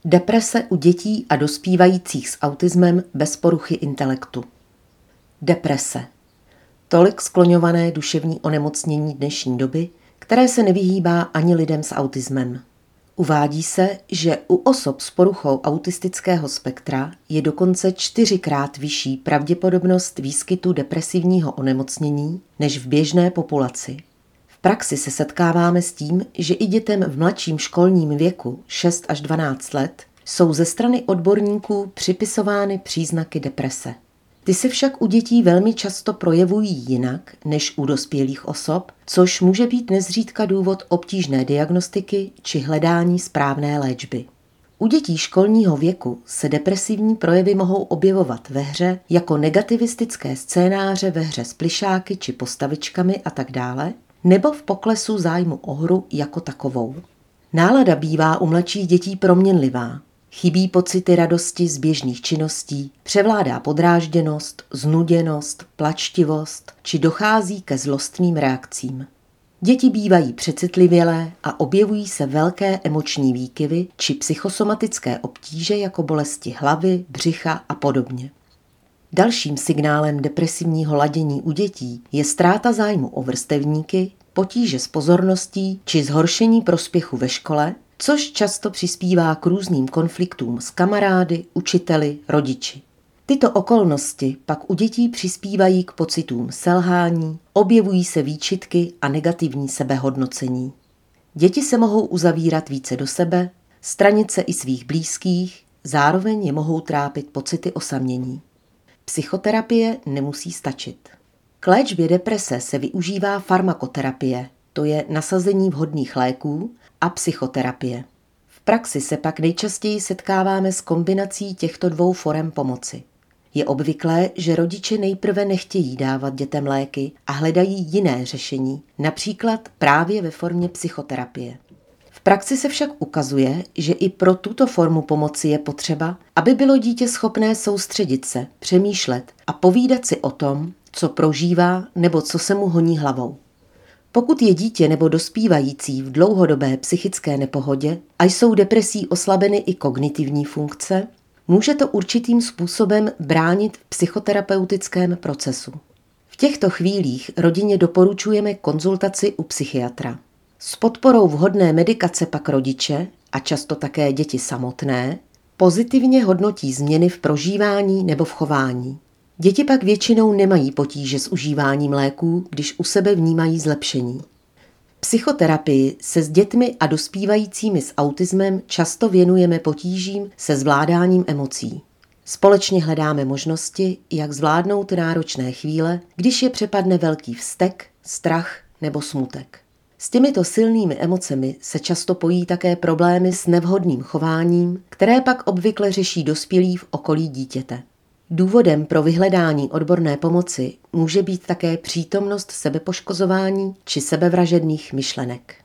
Deprese u dětí a dospívajících s autismem bez poruchy intelektu. Deprese. Tolik skloňované duševní onemocnění dnešní doby, které se nevyhýbá ani lidem s autismem. Uvádí se, že u osob s poruchou autistického spektra je dokonce 4krát vyšší pravděpodobnost výskytu depresivního onemocnění než v běžné populaci. V praxi se setkáváme s tím, že i dětem v mladším školním věku 6 až 12 let jsou ze strany odborníků připisovány příznaky deprese. Ty se však u dětí velmi často projevují jinak než u dospělých osob, což může být nezřídka důvod obtížné diagnostiky či hledání správné léčby. U dětí školního věku se depresivní projevy mohou objevovat ve hře jako negativistické scénáře ve hře s plyšáky či postavičkami atd., nebo v poklesu zájmu o hru jako takovou. Nálada bývá u mladších dětí proměnlivá. Chybí pocity radosti z běžných činností, převládá podrážděnost, znuděnost, plačtivost či dochází ke zlostným reakcím. Děti bývají přecitlivělé a objevují se velké emoční výkyvy či psychosomatické obtíže jako bolesti hlavy, břicha a podobně. Dalším signálem depresivního ladění u dětí je ztráta zájmu o vrstevníky, potíže s pozorností či zhoršení prospěchu ve škole, což často přispívá k různým konfliktům s kamarády, učiteli, rodiči. Tyto okolnosti pak u dětí přispívají k pocitům selhání, objevují se výčitky a negativní sebehodnocení. Děti se mohou uzavírat více do sebe, stranit se i svých blízkých, zároveň je mohou trápit pocity osamění. Psychoterapie nemusí stačit. K léčbě deprese se využívá farmakoterapie, to je nasazení vhodných léků, a psychoterapie. V praxi se pak nejčastěji setkáváme s kombinací těchto dvou forem pomoci. Je obvyklé, že rodiče nejprve nechtějí dávat dětem léky a hledají jiné řešení, například právě ve formě psychoterapie. V praxi se však ukazuje, že i pro tuto formu pomoci je potřeba, aby bylo dítě schopné soustředit se, přemýšlet a povídat si o tom, co prožívá nebo co se mu honí hlavou. Pokud je dítě nebo dospívající v dlouhodobé psychické nepohodě a jsou depresí oslabeny i kognitivní funkce, může to určitým způsobem bránit v psychoterapeutickém procesu. V těchto chvílích rodině doporučujeme konzultaci u psychiatra. S podporou vhodné medikace pak rodiče, a často také děti samotné, pozitivně hodnotí změny v prožívání nebo v chování. Děti pak většinou nemají potíže s užíváním léků, když u sebe vnímají zlepšení. V psychoterapii se s dětmi a dospívajícími s autismem často věnujeme potížím se zvládáním emocí. Společně hledáme možnosti, jak zvládnout náročné chvíle, když je přepadne velký vztek, strach nebo smutek. S těmito silnými emocemi se často pojí také problémy s nevhodným chováním, které pak obvykle řeší dospělí v okolí dítěte. Důvodem pro vyhledání odborné pomoci může být také přítomnost sebepoškozování či sebevražedných myšlenek.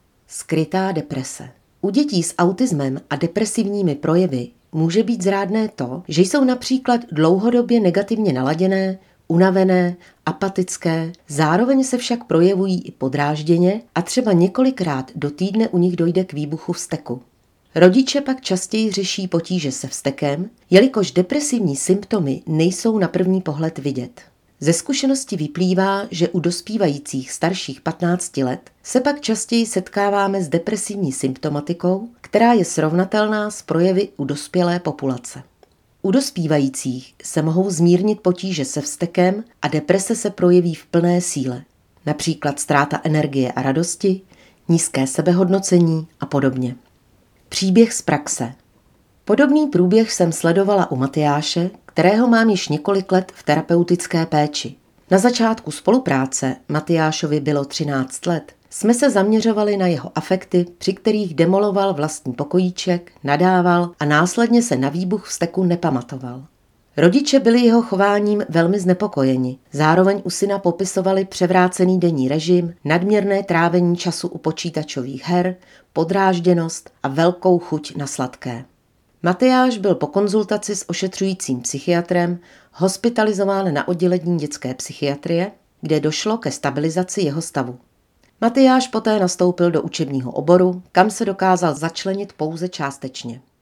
Skrytá deprese. U dětí s autismem a depresivními projevy může být zrádné to, že jsou například dlouhodobě negativně naladěné, unavené, apatické, zároveň se však projevují i podrážděně a třeba několikrát do týdne u nich dojde k výbuchu vzteku. Rodiče pak častěji řeší potíže se vztekem, jelikož depresivní symptomy nejsou na první pohled vidět. Ze zkušenosti vyplývá, že u dospívajících starších 15 let se pak častěji setkáváme s depresivní symptomatikou, která je srovnatelná s projevy u dospělé populace. U dospívajících se mohou zmírnit potíže se vztekem a deprese se projeví v plné síle, například ztráta energie a radosti, nízké sebehodnocení a podobně. Příběh z praxe. Podobný průběh jsem sledovala u Matyáše, kterého mám již několik let v terapeutické péči. Na začátku spolupráce, Matyášovi bylo 13 let, jsme se zaměřovali na jeho afekty, při kterých demoloval vlastní pokojíček, nadával a následně se na výbuch vzteku nepamatoval. Rodiče byli jeho chováním velmi znepokojeni, zároveň u syna popisovali převrácený denní režim, nadměrné trávení času u počítačových her, podrážděnost a velkou chuť na sladké. Matyáš byl po konzultaci s ošetřujícím psychiatrem hospitalizován na oddělení dětské psychiatrie, kde došlo ke stabilizaci jeho stavu. Matyáš poté nastoupil do učebního oboru, kam se dokázal začlenit pouze částečně.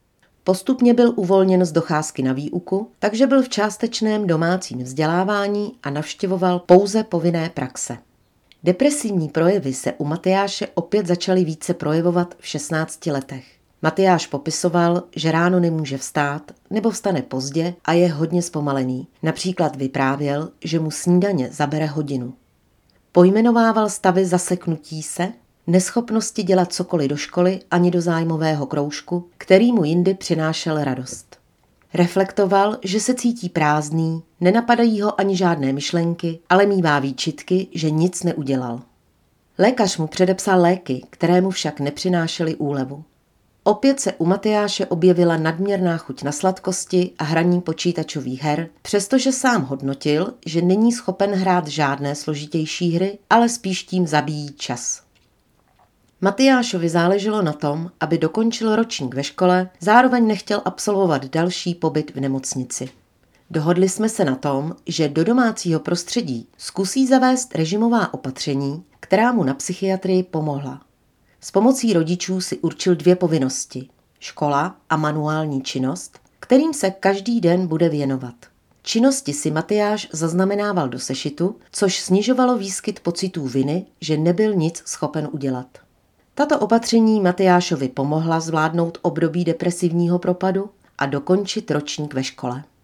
Postupně byl uvolněn z docházky na výuku, takže byl v částečném domácím vzdělávání a navštěvoval pouze povinné praxe. Depresivní projevy se u Matyáše opět začaly více projevovat v 16 letech. Matyáš popisoval, že ráno nemůže vstát nebo vstane pozdě a je hodně zpomalený. Například vyprávěl, že mu snídaně zabere hodinu. Pojmenovával stavy zaseknutí se, neschopnosti dělat cokoliv do školy ani do zájmového kroužku, který mu jindy přinášel radost. Reflektoval, že se cítí prázdný, nenapadají ho ani žádné myšlenky, ale mívá výčitky, že nic neudělal. Lékař mu předepsal léky, které mu však nepřinášely úlevu. Opět se u Matyáše objevila nadměrná chuť na sladkosti a hraní počítačových her, přestože sám hodnotil, že není schopen hrát žádné složitější hry, ale spíš tím zabíjí čas. Matyášovi záleželo na tom, aby dokončil ročník ve škole, zároveň nechtěl absolvovat další pobyt v nemocnici. Dohodli jsme se na tom, že do domácího prostředí zkusí zavést režimová opatření, která mu na psychiatrii pomohla. S pomocí rodičů si určil 2 povinnosti – škola a manuální činnost, kterým se každý den bude věnovat. Činnosti si Matyáš zaznamenával do sešitu, což snižovalo výskyt pocitů viny, že nebyl nic schopen udělat. Tato opatření Matyášovi pomohla zvládnout období depresivního propadu a dokončit ročník ve škole.